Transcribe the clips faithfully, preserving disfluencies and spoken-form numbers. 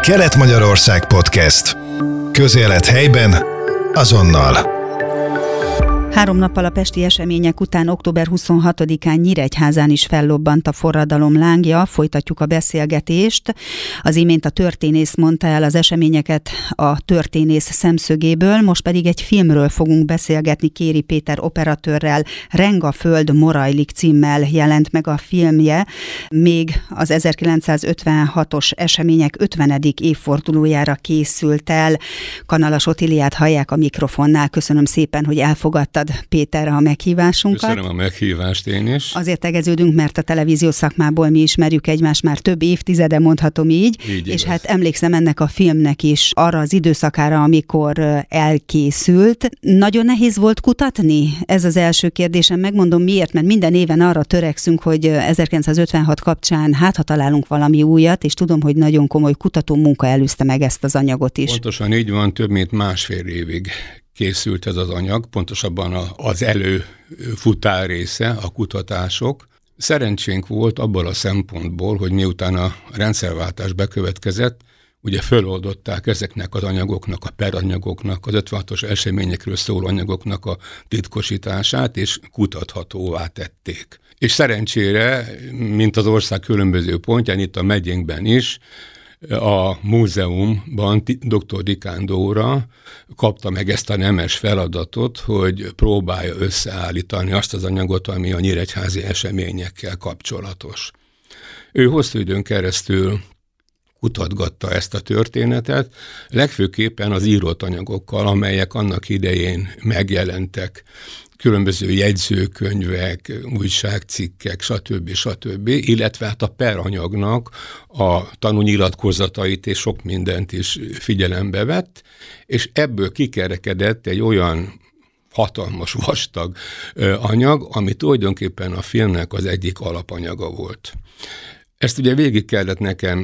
Kelet-Magyarország Podcast. Közélet helyben, azonnal. Három nappal a pesti események után október huszonhatodikán Nyíregyházán is fellobbant a forradalom lángja. Folytatjuk a beszélgetést. Az imént a történész mondta el az eseményeket a történész szemszögéből, most pedig egy filmről fogunk beszélgetni Kéri Péter operatőrrel. Reng a föld, morajlik címmel jelent meg a filmje, még az ezerkilencszázötvenhatos események ötvenedik évfordulójára készült el. Kanalas Otiliát hallják a mikrofonnál. Köszönöm szépen, hogy elfogadtad, Péter, a meghívásunkat. Köszönöm a meghívást én is. Azért tegeződünk, mert a televízió szakmából mi ismerjük egymást már több évtizede, mondhatom így. Így és igaz. Hát emlékszem ennek a filmnek is arra az időszakára, amikor elkészült. Nagyon nehéz volt kutatni? Ez az első kérdésem. Megmondom miért, mert minden éven arra törekszünk, hogy ezerkilencszázötvenhat kapcsán hát ha találunk valami újat, és tudom, hogy nagyon komoly kutató munka előzte meg ezt az anyagot is. Pontosan így van, több mint másfél évig készült ez az anyag, pontosabban az előfutár része, a kutatások. Szerencsénk volt abból a szempontból, hogy miután a rendszerváltás bekövetkezett, ugye föloldották ezeknek az anyagoknak, a peranyagoknak, az ötvenhatos eseményekről szóló anyagoknak a titkosítását, és kutathatóvá tették. És szerencsére, mint az ország különböző pontján, itt a megyénkben is, a múzeumban doktor Dikán Dóra kapta meg ezt a nemes feladatot, hogy próbálja összeállítani azt az anyagot, ami a nyíregyházi eseményekkel kapcsolatos. Ő hosszú időn keresztül kutatgatta ezt a történetet, legfőképpen az írott anyagokkal, amelyek annak idején megjelentek, különböző jegyzőkönyvek, újságcikkek, stb. stb., illetve hát a peranyagnak a tanúnyilatkozatait és sok mindent is figyelembe vett, és ebből kikerekedett egy olyan hatalmas, vastag anyag, ami tulajdonképpen a filmnek az egyik alapanyaga volt. Ezt ugye végig kellett nekem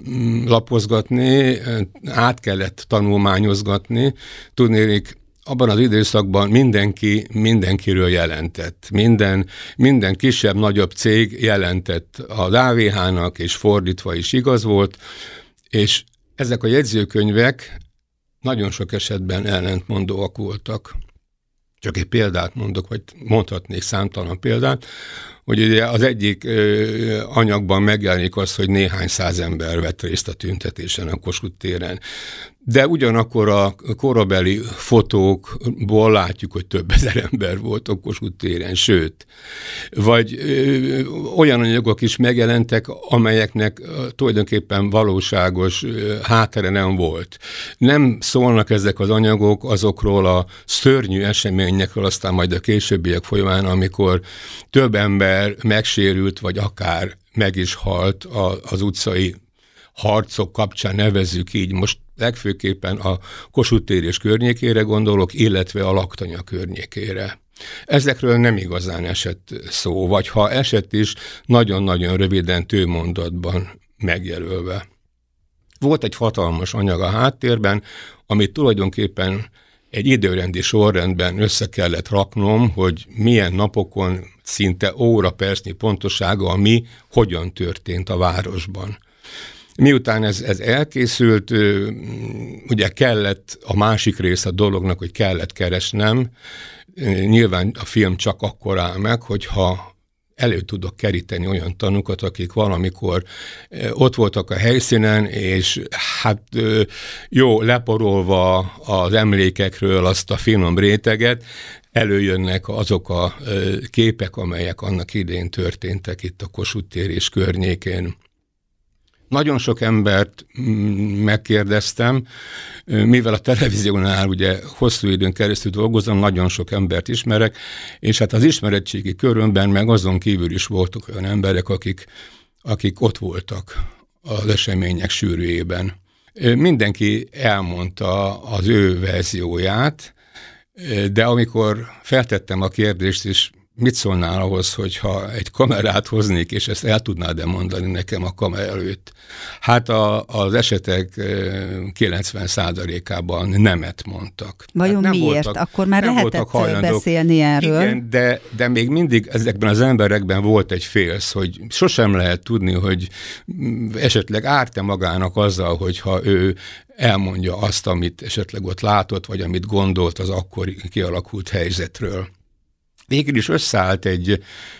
lapozgatni, át kellett tanulmányozgatni, tudnélik, abban az időszakban mindenki mindenkiről jelentett. Minden, minden kisebb-nagyobb cég jelentett az á vé há-nak, és fordítva is igaz volt, és ezek a jegyzőkönyvek nagyon sok esetben ellentmondóak voltak. Csak egy példát mondok, vagy mondhatnék számtalan példát, hogy ugye az egyik ö, anyagban megjelenik az, hogy néhány száz ember vett részt a tüntetésen a Kossuth téren. De ugyanakkor a korabeli fotókból látjuk, hogy több ezer ember volt a Kossuth téren, sőt. Vagy ö, olyan anyagok is megjelentek, amelyeknek ö, tulajdonképpen valóságos ö, háttere nem volt. Nem szólnak ezek az anyagok azokról a szörnyű eseményekről, aztán majd a későbbiek folyamán, amikor több ember megsérült, vagy akár meg is halt az utcai harcok kapcsán, nevezzük így. Most legfőképpen a Kossuth tér és környékére gondolok, illetve a Laktanya környékére. Ezekről nem igazán esett szó, vagy ha esett is, nagyon-nagyon röviden tőmondatban megjelölve. Volt egy hatalmas anyag a háttérben, amit tulajdonképpen egy időrendi sorrendben össze kellett raknom, hogy milyen napokon, szinte óra percnyi pontossága, mi hogyan történt a városban. Miután ez, ez elkészült, ugye kellett a másik rész a dolognak, hogy kellett keresnem. Nyilván a film csak akkor áll meg, hogyha elő tudok keríteni olyan tanúkat, akik valamikor ott voltak a helyszínen, és hát jó, leporolva az emlékekről azt a finom réteget, előjönnek azok a képek, amelyek annak idején történtek itt a Kossuth tér és környékén. Nagyon sok embert megkérdeztem, mivel a televíziónál ugye hosszú időn keresztül dolgozom, nagyon sok embert ismerek, és hát az ismeretségi körömben meg azon kívül is voltak olyan emberek, akik, akik ott voltak az események sűrűjében. Mindenki elmondta az ő verzióját, de amikor feltettem a kérdést, és mit szólnál ahhoz, hogyha egy kamerát hoznék, és ezt el tudnád-e mondani nekem a kamera előtt? Hát a, az esetek kilencven százalékában nemet mondtak. Vajon hát miért? Voltak, Akkor már lehetett beszélni erről. Igen, de, de még mindig ezekben az emberekben volt egy félsz, hogy sosem lehet tudni, hogy esetleg árt-e magának azzal, hogyha ő elmondja azt, amit esetleg ott látott, vagy amit gondolt az akkori kialakult helyzetről. Végül is összeállt egy,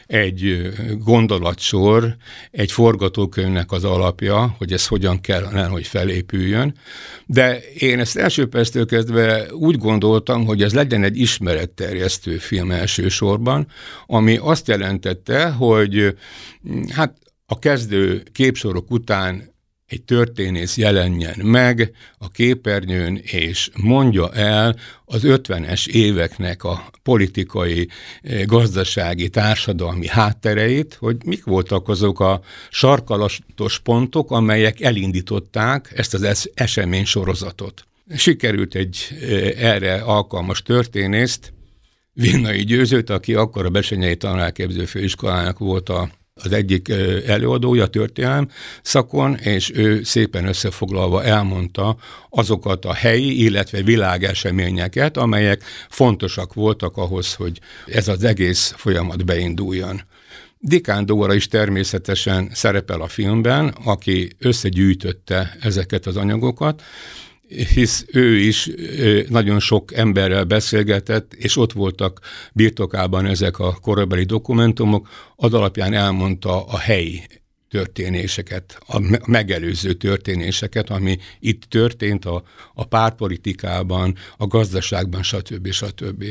egy gondolatsor, egy forgatókönyvnek az alapja, hogy ez hogyan kellene, hogy felépüljön, de én ezt első perctől kezdve úgy gondoltam, hogy ez legyen egy ismeretterjesztő film elsősorban, ami azt jelentette, hogy hát a kezdő képsorok után egy történész jelenjen meg a képernyőn, és mondja el az ötvenes éveknek a politikai, gazdasági, társadalmi háttereit, hogy mik voltak azok a sarkalatos pontok, amelyek elindították ezt az esemény sorozatot. Sikerült egy erre alkalmas történészt, Vinnai Győzőt, aki akkor a Bessenyei Tanárképző Főiskolának volt a az egyik előadója történelem szakon, és ő szépen összefoglalva elmondta azokat a helyi, illetve világeseményeket, amelyek fontosak voltak ahhoz, hogy ez az egész folyamat beinduljon. Dikán Dóra is természetesen szerepel a filmben, aki összegyűjtötte ezeket az anyagokat, hisz ő is nagyon sok emberrel beszélgetett, és ott voltak birtokában ezek a korabeli dokumentumok, az alapján elmondta a helyi történéseket, a megelőző történéseket, ami itt történt a, a pártpolitikában, a gazdaságban, stb. stb.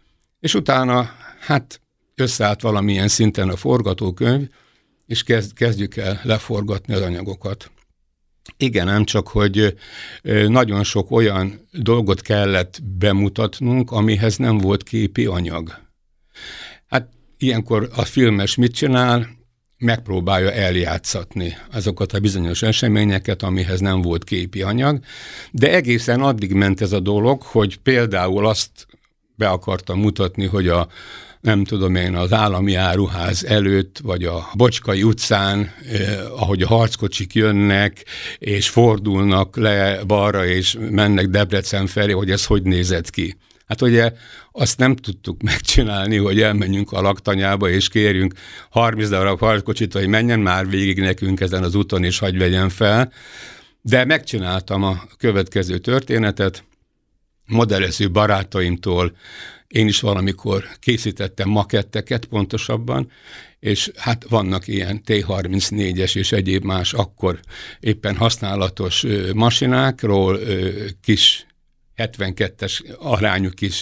És utána, hát összeállt valamilyen szinten a forgatókönyv, és kezd, kezdjük el leforgatni az anyagokat. Igen, ám csak, hogy nagyon sok olyan dolgot kellett bemutatnunk, amihez nem volt képi anyag. Hát ilyenkor a filmes mit csinál? Megpróbálja eljátszatni azokat a bizonyos eseményeket, amihez nem volt képi anyag, de egészen addig ment ez a dolog, hogy például azt be akartam mutatni, hogy a nem tudom én, az állami áruház előtt, vagy a Bocskai utcán, eh, ahogy a harckocsik jönnek, és fordulnak le balra, és mennek Debrecen felé, hogy ez hogy nézett ki. Hát ugye azt nem tudtuk megcsinálni, hogy elmenjünk a laktanyába, és kérjünk harminc darab harckocsit, hogy menjen már végig nekünk ezen az úton, és hagyj vegyen fel. De megcsináltam a következő történetet, modellező barátaimtól. Én is valamikor készítettem maketteket pontosabban, és hát vannak ilyen té harmincnégyes és egyéb más akkor éppen használatos masinákról kis hetvenkettes arányú kis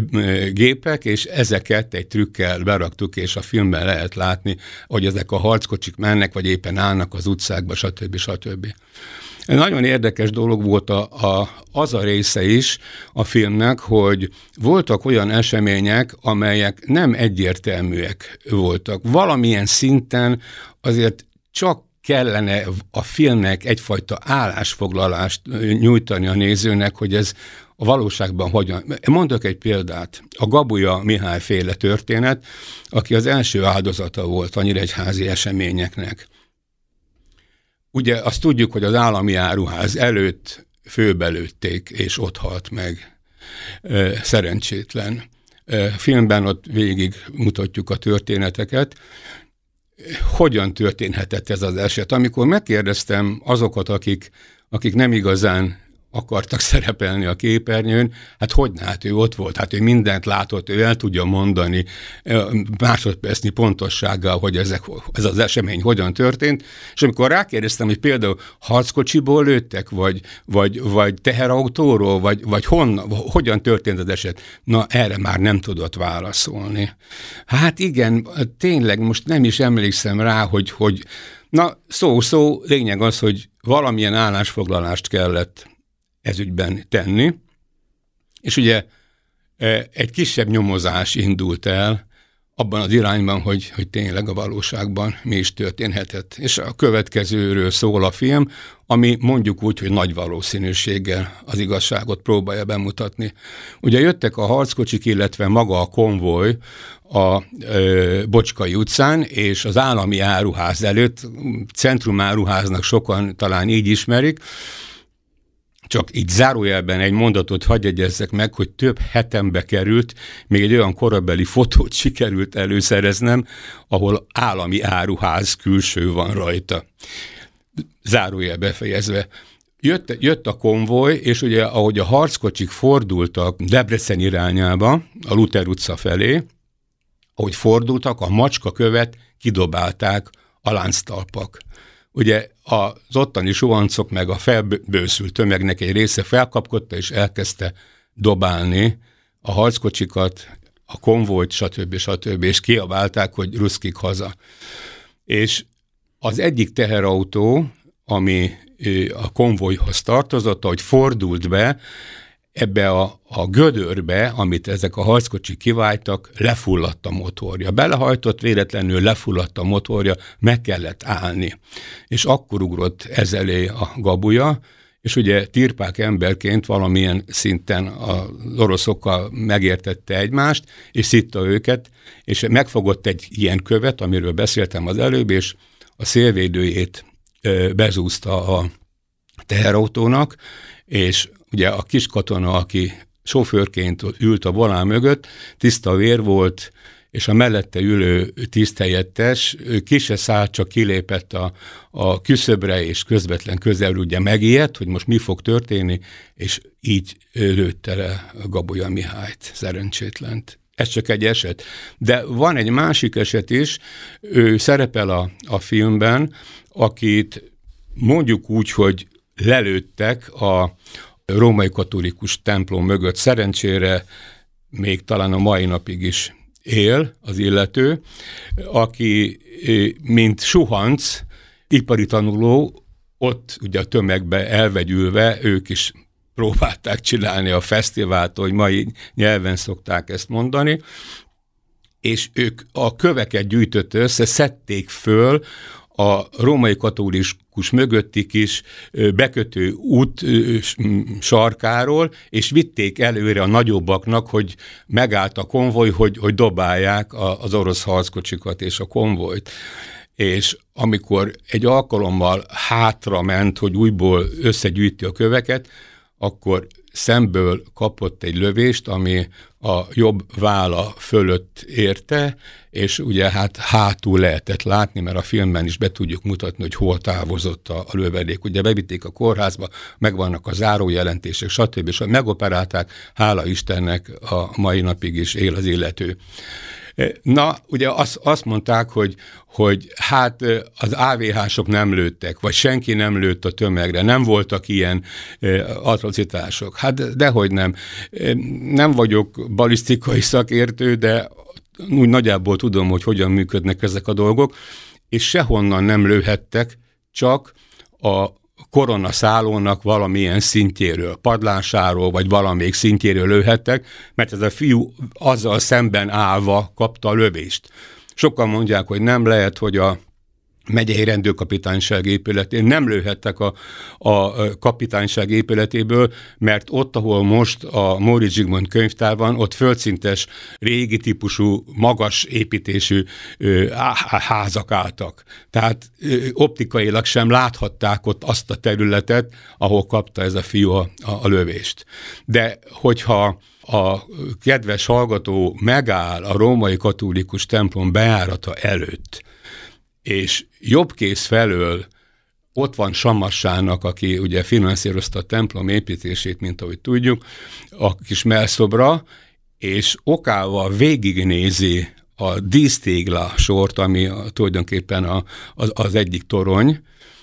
gépek, és ezeket egy trükkel beraktuk, és a filmben lehet látni, hogy ezek a harckocsik mennek, vagy éppen állnak az utcákba, stb. stb. Nagyon érdekes dolog volt a, a, az a része is a filmnek, hogy voltak olyan események, amelyek nem egyértelműek voltak. Valamilyen szinten azért csak kellene a filmnek egyfajta állásfoglalást nyújtani a nézőnek, hogy ez a valóságban hogyan. Mondok egy példát. A Gabuja Mihály féle történet, aki az első áldozata volt a nyíregyházi eseményeknek. Ugye azt tudjuk, hogy az állami áruház előtt főbelőtték, és ott halt meg. Szerencsétlen. Filmben ott végig mutatjuk a történeteket. Hogyan történhetett ez az eset? Amikor megkérdeztem azokat, akik, akik nem igazán akartak szerepelni a képernyőn, hát hogyne, hát ő ott volt, hát ő mindent látott, ő el tudja mondani másodpercnyi pontossággal, hogy ezek, ez az esemény hogyan történt, és amikor rákérdeztem, hogy például harckocsiból lőttek, vagy, vagy, vagy teherautóról, vagy, vagy honnan, hogyan történt az eset, na erre már nem tudott válaszolni. Hát igen, tényleg most nem is emlékszem rá, hogy, hogy na szó-szó, lényeg az, hogy valamilyen állásfoglalást kellett ezügyben tenni, és ugye egy kisebb nyomozás indult el abban az irányban, hogy, hogy tényleg a valóságban mi is történhetett. És a következőről szól a film, ami mondjuk úgy, hogy nagy valószínűséggel az igazságot próbálja bemutatni. Ugye jöttek a harckocsik, illetve maga a konvoj a ö, Bocskai utcán, és az állami áruház előtt, Centrum áruháznak sokan talán így ismerik, csak így zárójelben egy mondatot hadd jegyezzek meg, hogy több hetembe került, még egy olyan korabeli fotót sikerült előszereznem, ahol állami áruház külső van rajta. Zárójel befejezve. Jött, jött a konvoj, és ugye ahogy a harckocsik fordultak Debrecen irányába, a Luther utca felé, ahogy fordultak, a macskakövet kidobálták a lánctalpak. Ugye az ottani suhancok meg a felbőszült tömegnek egy része felkapkodta, és elkezdte dobálni a harckocsikat, a konvojt, stb. stb. És kiabálták, hogy ruszkik haza. És az egyik teherautó, ami a konvojhoz tartozott, ahogy fordult be, ebbe a, a gödörbe, amit ezek a harckocsik kiváltak, lefulladt a motorja. Belehajtott, véletlenül lefulladt a motorja, meg kellett állni. És akkor ugrott ez elé a gabuja, és ugye Tirpák emberként valamilyen szinten az oroszokkal megértette egymást, és szitta őket, és megfogott egy ilyen követ, amiről beszéltem az előbb, és a szélvédőjét bezúzta a teherautónak, és ugye a kis katona, aki sofőrként ült a volán mögött, tiszta vér volt, és a mellette ülő tiszthelyettes ki se szállt, csak kilépett a, a küszöbre, és közvetlen közelről ugye megijedt, hogy most mi fog történni, és így lőtte le Gabolya Mihályt, szerencsétlent. Ez csak egy eset. De van egy másik eset is, ő szerepel a, a filmben, akit mondjuk úgy, hogy lelőttek a római katolikus templom mögött. Szerencsére még talán a mai napig is él az illető, aki mint suhanc, ipari tanuló, ott ugye a tömegbe elvegyülve, ők is próbálták csinálni a fesztivált, hogy mai nyelven szokták ezt mondani, és ők a köveket gyűjtött össze, szedték föl a római katolikus mögötti kis bekötő út sarkáról, és vitték előre a nagyobbaknak, hogy megállt a konvoj, hogy, hogy dobálják az orosz harckocsikat és a konvojt. És amikor egy alkalommal hátra ment, hogy újból összegyűjti a köveket, akkor szemből kapott egy lövést, ami a jobb válla fölött érte, és ugye hát hátul lehetett látni, mert a filmben is be tudjuk mutatni, hogy hol távozott a, a lövedék. Ugye bevitték a kórházba, megvannak a zárójelentések, stb. És megoperálták, hála Istennek a mai napig is él az illető. Na, ugye azt, azt mondták, hogy, hogy hát az á vé hások nem lőttek, vagy senki nem lőtt a tömegre, nem voltak ilyen atrocitások. Hát dehogy nem. Nem vagyok balisztikai szakértő, de úgy nagyjából tudom, hogy hogyan működnek ezek a dolgok, és sehonnan nem lőhettek, csak a koronaszállónak valamilyen szintjéről, padlásáról, vagy valamelyik szintjéről lőhettek, mert ez a fiú azzal szemben állva kapta a lövést. Sokan mondják, hogy nem lehet, hogy a megyei rendőrkapitányság épületén nem lőhettek a, a kapitányság épületéből, mert ott, ahol most a Móricz Zsigmond könyvtár van, ott földszintes, régi típusú, magas építésű ö, házak álltak. Tehát ö, optikailag sem láthatták ott azt a területet, ahol kapta ez a fiú a, a, a lövést. De hogyha a kedves hallgató megáll a római katolikus templom bejárata előtt, és jobb kéz felől ott van Samassának, aki ugye finanszírozta a templom építését, mint ahogy tudjuk, a kis mellszobra, és okával végignézi a dísztégla sort, ami a, tulajdonképpen a, az, az egyik torony,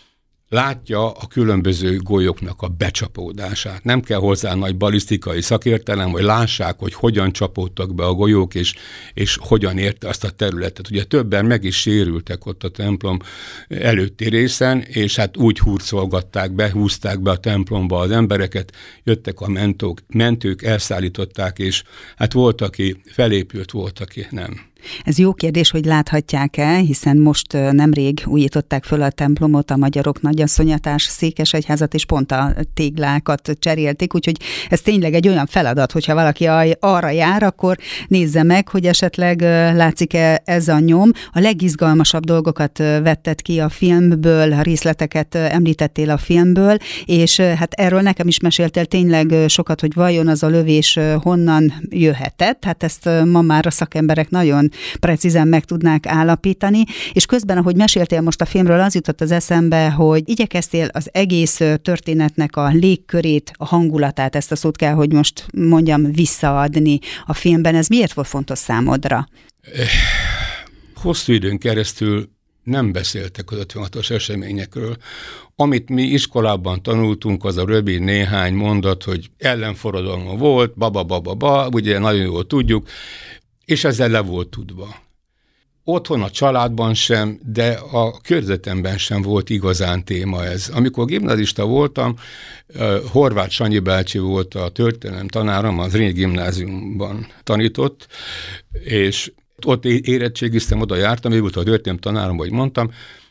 látja a különböző golyóknak a becsapódását. Nem kell hozzá nagy balisztikai szakértelem, hogy lássák, hogy hogyan csapódtak be a golyók, és, és hogyan érte azt a területet. Ugye többen meg is sérültek ott a templom előtti részen, és hát úgy hurcolgatták be, húzták be a templomba az embereket, jöttek a mentók, mentők, elszállították, és hát volt, aki felépült, volt, aki nem. Ez jó kérdés, hogy láthatják-e, hiszen most nemrég újították föl a templomot, a Magyarok Nagyasszonyatás székesegyházat, és pont a téglákat cserélték, úgyhogy ez tényleg egy olyan feladat, hogyha valaki arra jár, akkor nézze meg, hogy esetleg látszik-e ez a nyom. A legizgalmasabb dolgokat vetted ki a filmből, a részleteket említettél a filmből, és hát erről nekem is meséltél tényleg sokat, hogy vajon az a lövés honnan jöhetett, hát ezt ma már a szakemberek nagyon precízen meg tudnák állapítani, és közben, ahogy meséltél most a filmről, az jutott az eszembe, hogy igyekeztél az egész történetnek a légkörét, a hangulatát, ezt a szót kell, hogy most mondjam, visszaadni a filmben. Ez miért volt fontos számodra? Hosszú időn keresztül nem beszéltek az ötvenhatos eseményekről. Amit mi iskolában tanultunk, az a rövid néhány mondat, hogy ellenforradalma volt, ba-ba-ba-ba-ba, ugye nagyon jól tudjuk, és ezzel le volt tudva. Otthon a családban sem, de a körzetemben sem volt igazán téma ez. Amikor gimnazista voltam, Horváth Sanyi bácsi volt a történelem tanárom, az Rényi gimnáziumban tanított, és ott érettségiztem, oda jártam, ő volt a történelem tanárom, ahogy mondtam.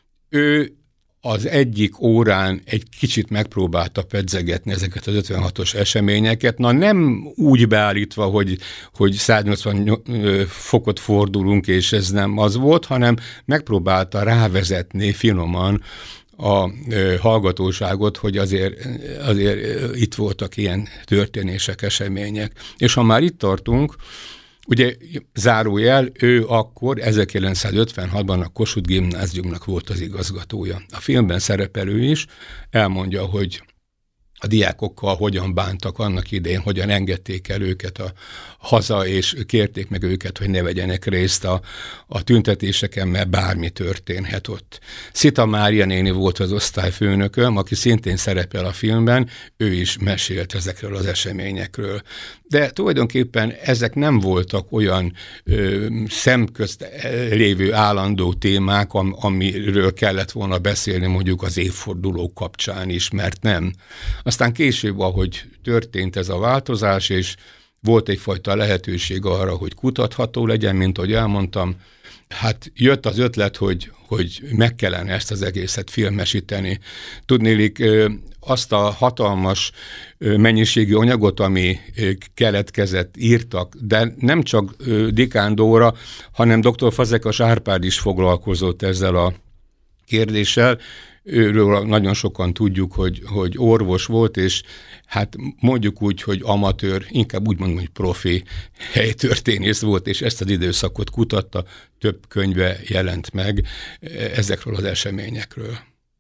Ő az egyik órán egy kicsit megpróbálta pedzegetni ezeket az ötvenhatos eseményeket. Na nem úgy beállítva, hogy, hogy száznyolcvan fokot fordulunk, és ez nem az volt, hanem megpróbálta rávezetni finoman a hallgatóságot, hogy azért, azért itt voltak ilyen történések, események. És ha már itt tartunk, ugye zárójel, ő akkor ezerkilencszázötvenhatban a Kossuth Gimnáziumnak volt az igazgatója. A filmben szerepelő is elmondja, hogy a diákokkal hogyan bántak annak idején, hogyan engedték el őket a haza, és kérték meg őket, hogy ne vegyenek részt a, a tüntetéseken, mert bármi történhet ott. Szita Mária néni volt az osztályfőnököm, aki szintén szerepel a filmben, ő is mesélt ezekről az eseményekről. De tulajdonképpen ezek nem voltak olyan ö, szemközt lévő állandó témák, am, amiről kellett volna beszélni mondjuk az évforduló kapcsán is, mert nem. Aztán később, ahogy történt ez a változás, és volt egyfajta lehetőség arra, hogy kutatható legyen, mint ahogy elmondtam, hát jött az ötlet, hogy, hogy meg kellene ezt az egészet filmesíteni. Tudnélik, azt a hatalmas mennyiségű anyagot, ami keletkezett, írtak, de nem csak Dikán Dóra, hanem doktor Fazekas Árpád is foglalkozott ezzel a kérdéssel. Őről nagyon sokan tudjuk, hogy, hogy orvos volt, és hát mondjuk úgy, hogy amatőr, inkább úgy mondom, hogy profi helytörténész volt, és ezt az időszakot kutatta, több könyve jelent meg ezekről az eseményekről.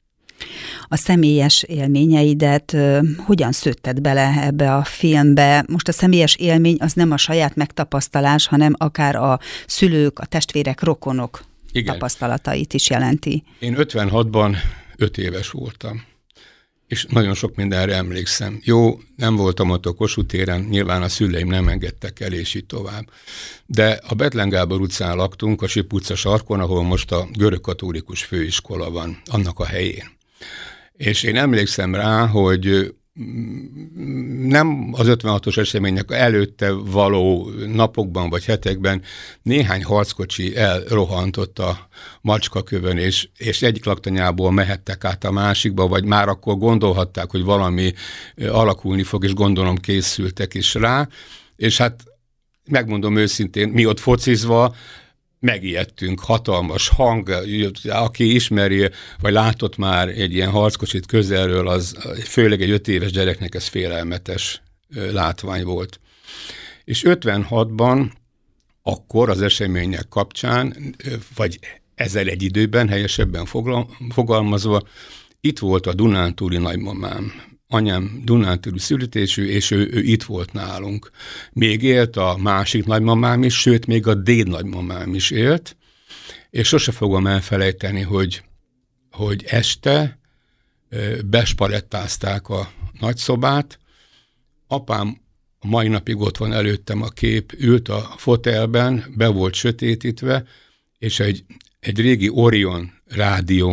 A személyes élményeidet uh, hogyan szőtted bele ebbe a filmbe? Most a személyes élmény az nem a saját megtapasztalás, hanem akár a szülők, a testvérek, rokonok Igen. tapasztalatait is jelenti. Én ötvenhatban öt éves voltam, és nagyon sok mindenre emlékszem. Jó, nem voltam ott a Kossuth téren, nyilván a szüleim nem engedtek el, és így tovább. De a Bethlen Gábor utcán laktunk, a Sip utca sarkon, ahol most a görögkatolikus főiskola van, annak a helyén. És én emlékszem rá, hogy nem az ötvenhatos események előtte való napokban vagy hetekben néhány harckocsi elrohantott a Macskakövön, és, és egyik laktanyából mehettek át a másikba, vagy már akkor gondolhatták, hogy valami alakulni fog, és gondolom készültek is rá, és hát megmondom őszintén, mi ott focizva, megijedtünk, hatalmas hang, aki ismeri, vagy látott már egy ilyen harckocsit közelről, az főleg egy öt éves gyereknek ez félelmetes látvány volt. És ötvenhatban akkor az események kapcsán, vagy ezzel egy időben, helyesebben fogalmazva, itt volt a dunántúli nagymamám. Anyám dunántúli születésű, és ő, ő itt volt nálunk. Még élt a másik nagymamám is, sőt, még a déd nagymamám is élt, és sose fogom elfelejteni, hogy, hogy este bespalettázták a nagyszobát. Apám a mai napig ott van előttem a kép, ült a fotelben, be volt sötétítve, és egy, egy régi Orion rádión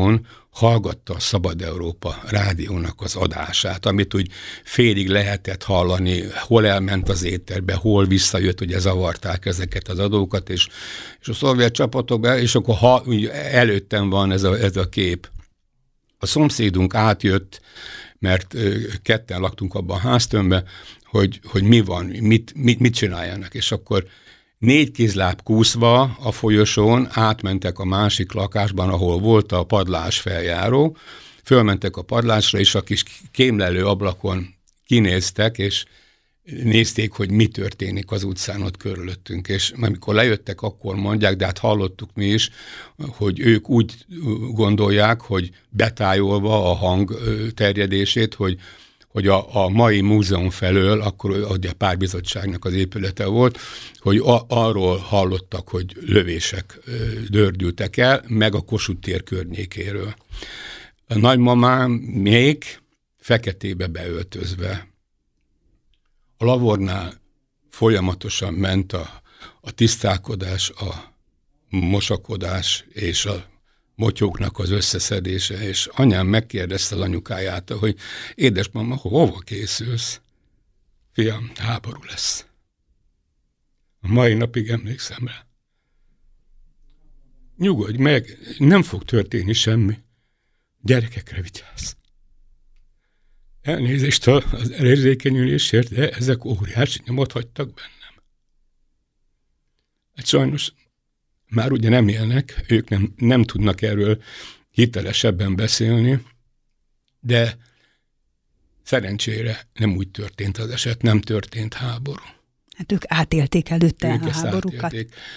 hallgatta a Szabad Európa rádiónak az adását, amit úgy félig lehetett hallani, hol elment az éterbe, hol visszajött, ugye zavarták ezeket az adókat, és, és a szovjet csapatok be, és akkor ha, előttem van ez a, ez a kép. A szomszédunk átjött, mert ketten laktunk abban a háztömbben, hogy, hogy mi van, mit, mit, mit csináljanak, és akkor négy kézláb kúszva a folyosón átmentek a másik lakásban, ahol volt a padlás feljáró, fölmentek a padlásra, és a kis kémlelő ablakon kinéztek, és nézték, hogy mi történik az utcán ott körülöttünk. És amikor lejöttek, akkor mondják, de hát hallottuk mi is, hogy ők úgy gondolják, hogy betájolva a hang terjedését, hogy hogy a, a mai múzeum felől, akkor ugye a Párbizottságnak az épülete volt, hogy a, arról hallottak, hogy lövések dördültek el, meg a Kossuth tér környékéről. A nagymamám még feketébe beöltözve. A labornál folyamatosan ment a, a tisztálkodás, a mosakodás és a motyóknak az összeszedése, és anyám megkérdezte az anyukájától, hogy édesmama, hova készülsz? Fiam, háború lesz. A mai napig emlékszem rá. Nyugodj meg, nem fog történni semmi. Gyerekekre vigyázz. Elnézést az elérzékenyülésért, de ezek óriási nyomot hagytak bennem. Hát sajnos már ugye nem élnek, ők nem, nem tudnak erről hitelesebben beszélni, de szerencsére nem úgy történt az eset, nem történt háború. Hát ők átélték előtte ők a háborúkat.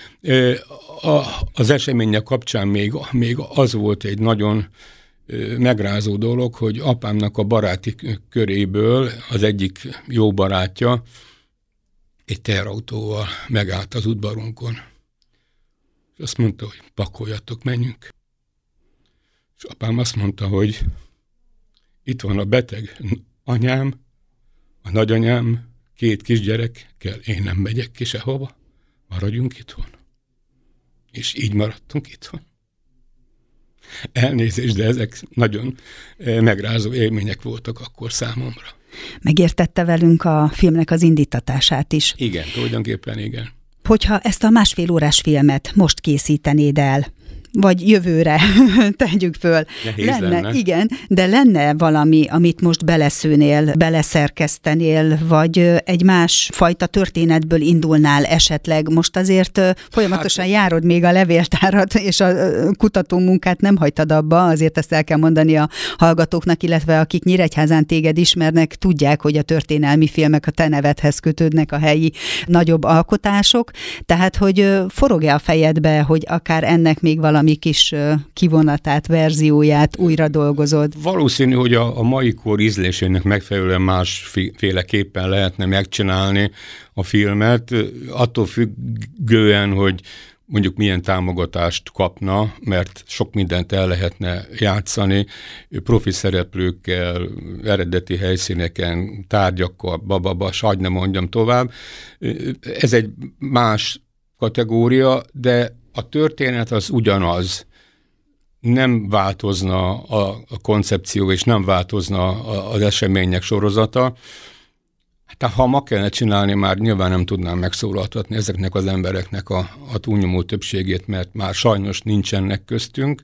A, az események kapcsán még, még az volt egy nagyon megrázó dolog, hogy apámnak a baráti köréből az egyik jó barátja egy teherautóval megállt az udvarunkon. És azt mondta, hogy pakoljatok, menjünk. És apám azt mondta, hogy itt van a beteg anyám, a nagyanyám, két kisgyerekkel, én nem megyek ki sehova, maradjunk itthon. És így maradtunk itthon. Elnézést, de ezek nagyon megrázó élmények voltak akkor számomra. Megértette velünk a filmnek az indítatását is. Igen, tulajdonképpen igen. Hogyha ezt a másfél órás filmet most készítenéd el, vagy jövőre tegyük föl. Nehéz lenne, lenne. Igen, de lenne valami, amit most beleszőnél, beleszerkesztenél, vagy egy más fajta történetből indulnál esetleg. Most azért folyamatosan hát, járod még a levéltárat, és a kutatómunkát nem hagytad abba, azért ezt el kell mondani a hallgatóknak, illetve akik Nyíregyházán téged ismernek, tudják, hogy a történelmi filmek a te nevedhez kötődnek, a helyi nagyobb alkotások, tehát hogy forog-e a fejedbe, hogy akár ennek még valami mi kis kivonatát, verzióját újra dolgozod? Valószínű, hogy a, a mai kor ízlésének megfelelően másféleképpen lehetne megcsinálni a filmet, attól függően, hogy mondjuk milyen támogatást kapna, mert sok mindent el lehetne játszani, profi szereplőkkel, eredeti helyszíneken, tárgyakkal, bababa, sagy ne mondjam tovább. Ez egy más kategória, de a történet az ugyanaz. Nem változna a, a koncepció, és nem változna az események sorozata. Hát ha ma kellene csinálni, már nyilván nem tudnám megszólaltatni ezeknek az embereknek a, a túlnyomó többségét, mert már sajnos nincsenek köztünk,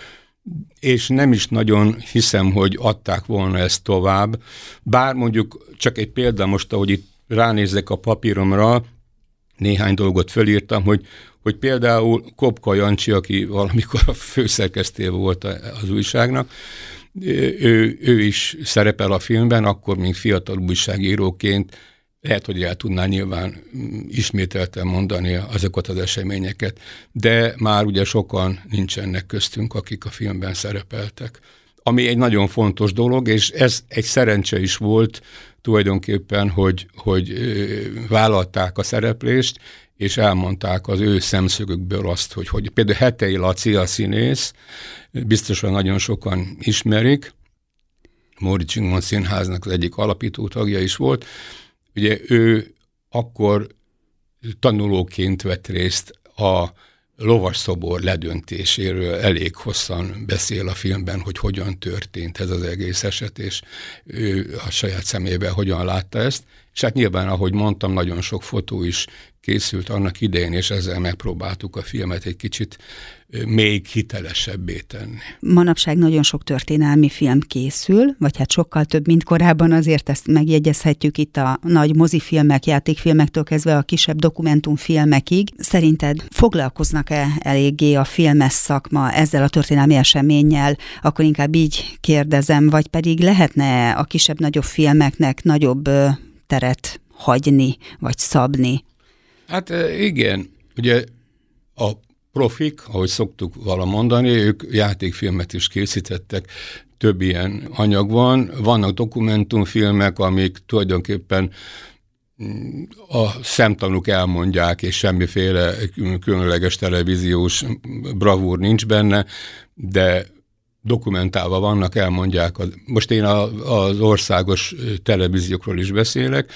és nem is nagyon hiszem, hogy adták volna ezt tovább. Bár mondjuk csak egy példa most, ahogy itt ránézek a papíromra, néhány dolgot fölírtam, hogy hogy például Kopka Jancsi, aki valamikor a főszerkesztő volt az újságnak, ő, ő is szerepel a filmben, akkor még fiatal újságíróként, lehet, hogy el tudná nyilván ismételten mondani azokat az eseményeket, de már ugye sokan nincsenek köztünk, akik a filmben szerepeltek. Ami egy nagyon fontos dolog, és ez egy szerencse is volt tulajdonképpen, hogy, hogy vállalták a szereplést, és elmondták az ő szemszögükből azt, hogy, hogy például Hetei Laci a színész, biztosan nagyon sokan ismerik, Móricz Zsigmond Színháznak az egyik alapító tagja is volt. Ugye ő akkor tanulóként vett részt a lovasszobor ledöntéséről elég hosszan beszél a filmben, hogy hogyan történt ez az egész eset, és ő a saját szemével hogyan látta ezt. És hát nyilván, ahogy mondtam, nagyon sok fotó is készült annak idején, és ezzel megpróbáltuk a filmet egy kicsit még hitelesebbé tenni. Manapság nagyon sok történelmi film készül, vagy hát sokkal több, mint korábban, azért ezt megjegyezhetjük itt a nagy mozifilmek, játékfilmektől kezdve a kisebb dokumentumfilmekig. Szerinted foglalkoznak-e eléggé a filmes szakma ezzel a történelmi eseménnyel? Akkor inkább így kérdezem, vagy pedig lehetne a kisebb-nagyobb filmeknek nagyobb teret hagyni, vagy szabni? Hát igen, ugye a profik, ahogy szoktuk vala mondani, ők játékfilmet is készítettek, több ilyen anyag van. Vannak dokumentumfilmek, amik tulajdonképpen a szemtanúk elmondják, és semmiféle különleges televíziós bravúr nincs benne, de dokumentálva vannak, elmondják. Most én az országos televíziókról is beszélek.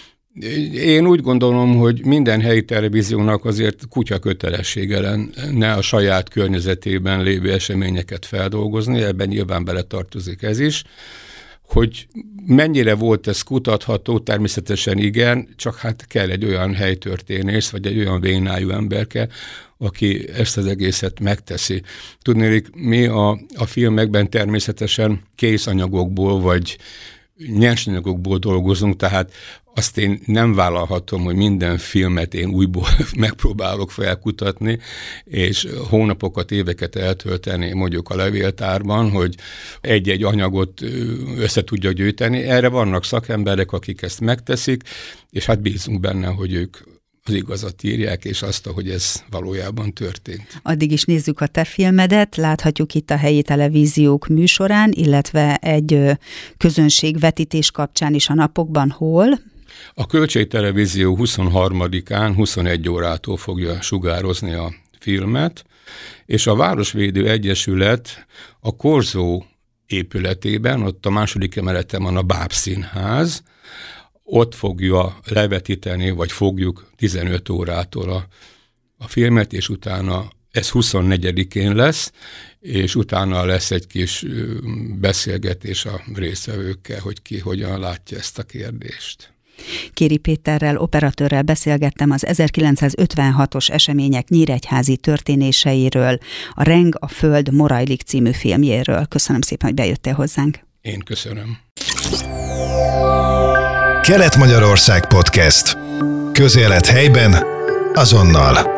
Én úgy gondolom, hogy minden helyi televíziónak azért kutya kötelessége lenne a saját környezetében lévő eseményeket feldolgozni, ebben nyilván beletartozik ez is. Hogy mennyire volt ez kutatható, természetesen igen, csak hát kell egy olyan helytörténész, vagy egy olyan vénájú emberke, aki ezt az egészet megteszi. Tudnélik, mi a, a filmekben természetesen készanyagokból, vagy nyersanyagokból dolgozunk, tehát azt én nem vállalhatom, hogy minden filmet én újból megpróbálok felkutatni, és hónapokat, éveket eltölteni mondjuk a levéltárban, hogy egy-egy anyagot össze tudja gyűjteni. Erre vannak szakemberek, akik ezt megteszik, és hát bízunk benne, hogy ők az igazat írják, és azt, hogy ez valójában történt. Addig is nézzük a te filmedet, láthatjuk itt a helyi televíziók műsorán, illetve egy közönségvetítés kapcsán is a napokban. Hol? A Kölcsei Televízió huszonharmadikán huszonegy órától fogja sugározni a filmet, és a Városvédő Egyesület a Korzó épületében, ott a második emeleten van a Bábszínház, ott fogja levetíteni, vagy fogjuk tizenöt órától a, a filmet, és utána ez huszonnegyedikén lesz, és utána lesz egy kis beszélgetés a résztvevőkkel, hogy ki hogyan látja ezt a kérdést. Kéri Péterrel, operatőrrel beszélgettem az ezerkilencszázötvenhatos események nyíregyházi történéseiről, a Reng a Föld Morajlik című filmjéről. Köszönöm szépen, hogy bejöttél hozzánk. Én köszönöm. Kelet-Magyarország Podcast. Közélet helyben, azonnal.